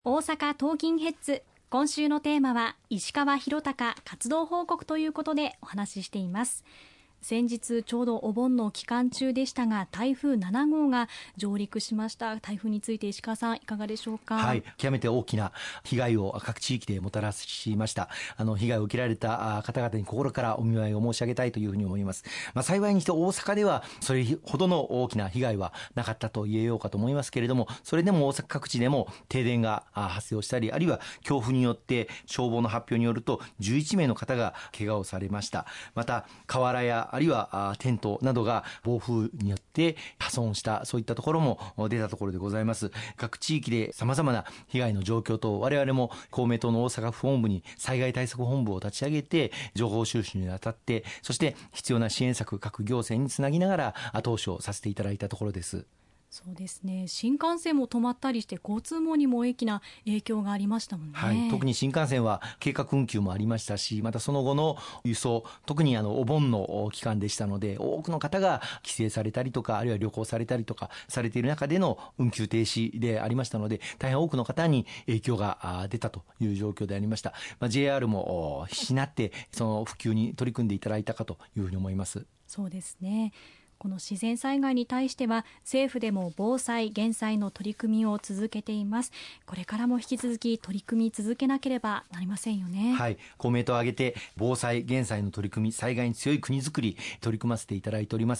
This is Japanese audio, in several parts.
大阪トーキンヘッズ、今週のテーマは石川博隆活動報告ということでお話ししています。先日ちょうどお盆の期間中でしたが、台風7号が上陸しました。台風について石川さんいかがでしょうか。 はい、極めて大きな被害を各地域でもたらしました。被害を受けられた方々に心からお見舞いを申し上げたいというふうに思います。幸いにして大阪ではそれほどの大きな被害はなかったと言えようかと思いますけれども、それでも大阪各地でも停電が発生をしたり、あるいは強風によって消防の発表によると11名の方が怪我をされました。また瓦やあるいはテントなどが暴風によって破損した、そういったところも出たところでございます。各地域で様々な被害の状況と、我々も公明党の大阪府本部に災害対策本部を立ち上げて情報収集にあたって、そして必要な支援策各行政につなぎながら後押しをさせていただいたところです。 そうですね、新幹線も止まったりして交通網にも大きな影響がありましたもんね。 はい、特に新幹線は計画運休もありましたし、またその後の輸送、特にお盆の期間でしたので、多くの方が帰省されたりとか、あるいは旅行されたりとかされている中での運休停止でありましたので、大変多くの方に影響が出たという状況でありました。JR も必死になってその普及に取り組んでいただいたかというふうに思います。 そうですね、この自然災害に対しては政府でも防災減災の取り組みを続けています。これからも引き続き取り組み続けなければなりませんよね。 はい、公明党を挙げて防災減災の取り組み、災害に強い国づくり取り組ませていただいております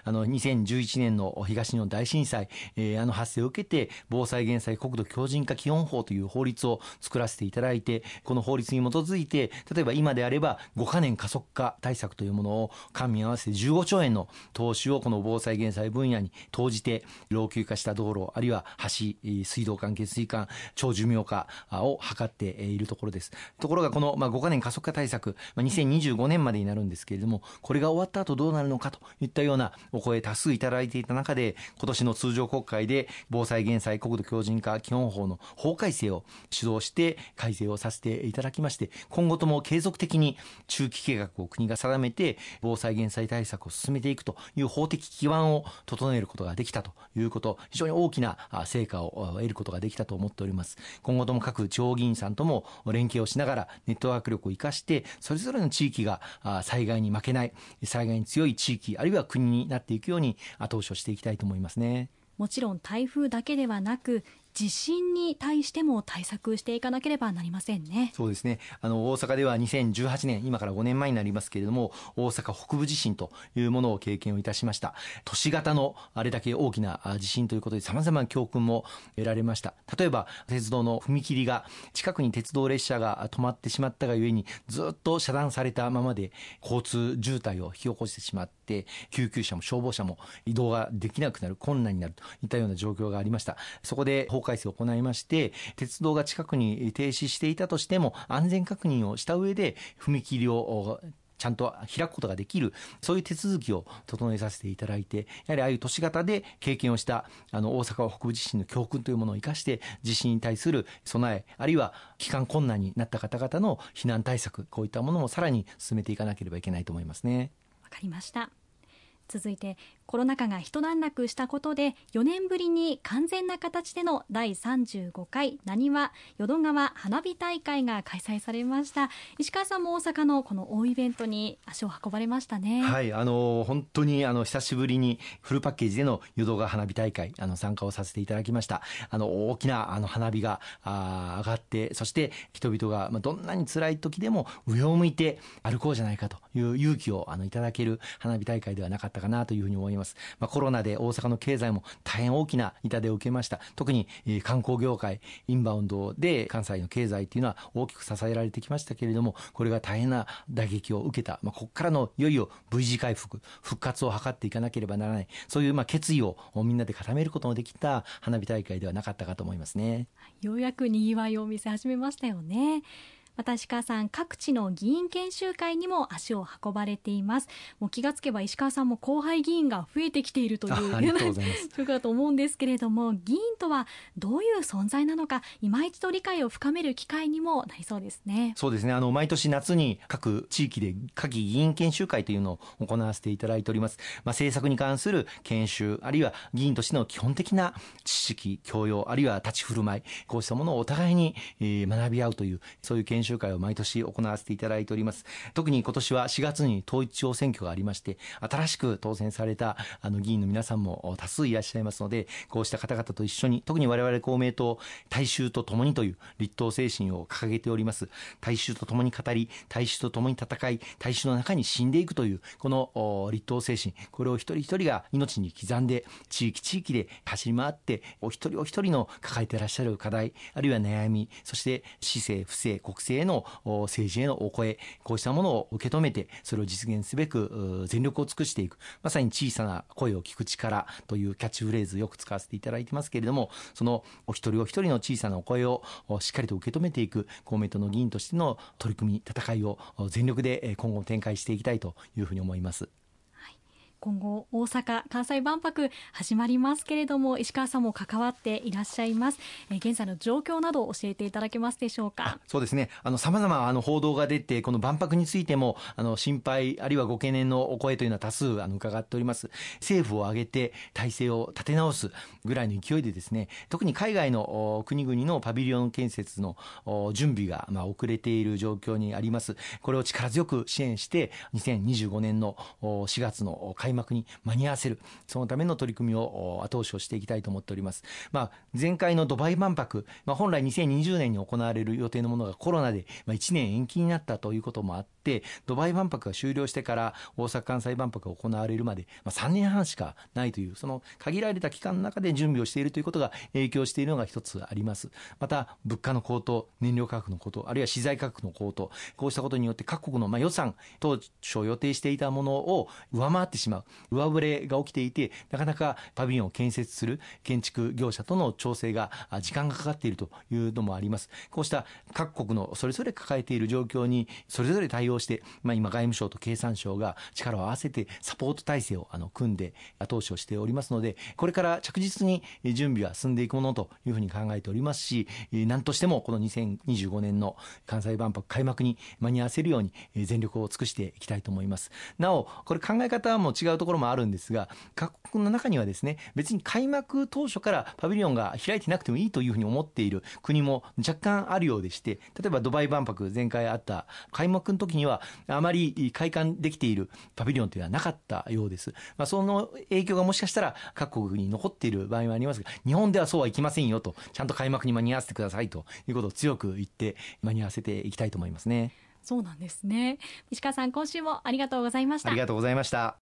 。2011年の東日本大震災、発生を受けて防災減災国土強靭化基本法という法律を作らせていただいて、この法律に基づいて、例えば今であれば5カ年加速化対策というものを官民合わせて15兆円の投資をこの防災減災分野に投じて、老朽化した道路、あるいは橋、水道管、下水管、長寿命化を図っているところです。ところがこの5カ年加速化対策、2025年までになるんですけれども、これが終わった後どうなるのかといったようなお声多数いただいていた中で、今年の通常国会で防災減災国土強靭化基本法の法改正を主導して改正をさせていただきまして、今後とも継続的に中期計画を国が定めて防災減災対策を進めていくという法的基盤を整えることができたということ、非常に大きな成果を得ることができたと思っております。今後とも各地方議員さんとも連携をしながらネットワーク力を生かして、それぞれの地域が災害に負けない、災害に強い地域あるいは国になっていくように後押しをしていきたいと思いますね。 もちろん台風だけではなく地震に対しても対策していかなければなりませんね。 そうですね、大阪では2018年、今から5年前になりますけれども、大阪北部地震というものを経験をいたしました。都市型のあれだけ大きな地震ということで様々な教訓も得られました。例えば鉄道の踏切が近くに鉄道列車が止まってしまったがゆえにずっと遮断されたままで交通渋滞を引き起こしてしまって、救急車も消防車も移動ができなくなる、困難になるといったような状況がありました。そこで法改正を行いまして、鉄道が近くに停止していたとしても安全確認をした上で踏切をちゃんと開くことができる、そういう手続きを整えさせていただいて、やはりああいう都市型で経験をした大阪北部地震の教訓というものを生かして地震に対する備え、あるいは帰還困難になった方々の避難対策、こういったものもさらに進めていかなければいけないと思いますね。 わかりました。続いて、コロナ禍が一段落したことで4年ぶりに完全な形での第35回なにわ淀川花火大会が開催されました。石川さんも大阪のこの大イベントに足を運ばれましたね。 はい、本当に久しぶりにフルパッケージでの淀川花火大会参加をさせていただきました。大きな花火が上がって、そして人々がどんなに辛い時でも上を向いて歩こうじゃないかという勇気をいただける花火大会ではなかったかなというふうに思います。コロナで大阪の経済も大変大きな痛手を受けました。特に観光業界、インバウンドで関西の経済というのは大きく支えられてきましたけれども、これが大変な打撃を受けた。ここからのいよいよ V 字回復、復活を図っていかなければならない、そういう決意をみんなで固めることのできた花火大会ではなかったかと思いますね。 ようやくにぎわいを見せ始めましたよね。 また石川さん、各地の議員研修会にも足を運ばれています。もう気がつけば石川さんも後輩議員が増えてきているというありがとうございますそういうことだと思うんですけれども、議員とはどういう存在なのか、今一度理解を深める機会にもなりそうですね。 そうですね。毎年夏に各地域で夏季議員研修会というのを行わせていただいております。政策に関する研修、あるいは議員としての基本的な知識、教養、あるいは立ち振る舞い、こうしたものをお互いに学び合うという、そういう研修会を毎年行わせていただいております。特に今年は4月に統一地方選挙がありまして、新しく当選された議員の皆さんも多数いらっしゃいますので、こうした方々と一緒に、特に我々公明党、大衆と共にという立党精神を掲げております。大衆と共に語り、大衆と共に戦い、大衆の中に死んでいくというこの立党精神、これを一人一人が命に刻んで地域地域で走り回って、お一人お一人の抱えていらっしゃる課題、あるいは悩み、そして市政府政国政への政治へのお声、こうしたものを受け止めて、それを実現すべく全力を尽くしていく、まさに小さな声を聞く力というキャッチフレーズよく使わせていただいてますけれども、そのお一人お一人の小さなお声をしっかりと受け止めていく公明党の議員としての取り組み、戦いを全力で今後展開していきたいというふうに思います。 今後大阪・関西万博始まりますけれども、石川さんも関わっていらっしゃいます。現在の状況など教えていただけますでしょうか。 そうですね。様々報道が出て、この万博についても心配あるいはご懸念のお声というのは多数伺っております。政府を挙げて体制を立て直すぐらいの勢いでですね、特に海外の国々のパビリオン建設の準備が遅れている状況にあります。これを力強く支援して2025年の4月の開幕に間に合わせる、そのための取り組みを後押しをしていきたいと思っております。前回のドバイ万博、本来2020年に行われる予定のものがコロナで1年延期になったということもあって、ドバイ万博が終了してから大阪・関西万博が行われるまで3年半しかないという、その限られた期間の中で準備をしているということが影響しているのが一つあります。また物価の高騰、燃料価格の高騰、あるいは資材価格の高騰、こうしたことによって各国の予算、当初予定していたものを上回ってしまう、上振れが起きていて、なかなかパビリオンを建設する建築業者との調整が時間がかかっているというのもあります。こうした各国のそれぞれ抱えている状況にそれぞれ対応して、今外務省と経産省が力を合わせてサポート体制を組んで後押しをしておりますので、これから着実に準備は進んでいくものというふうに考えておりますし、何としてもこの2025年の関西万博開幕に間に合わせるように全力を尽くしていきたいと思います。なおこれ考え方も違うところもあるんですが、各国の中にはですね、別に開幕当初からパビリオンが開いてなくてもいいというふうに思っている国も若干あるようでして、例えばドバイ万博前回あった開幕の時にはあまり開館できているパビリオンというのはなかったようです。その影響がもしかしたら各国に残っている場合もありますが、日本ではそうはいきませんよと、ちゃんと開幕に間に合わせてくださいということを強く言って間に合わせていきたいと思いますね。 そうなんですね。石川さん、今週もありがとうございました。 ありがとうございました。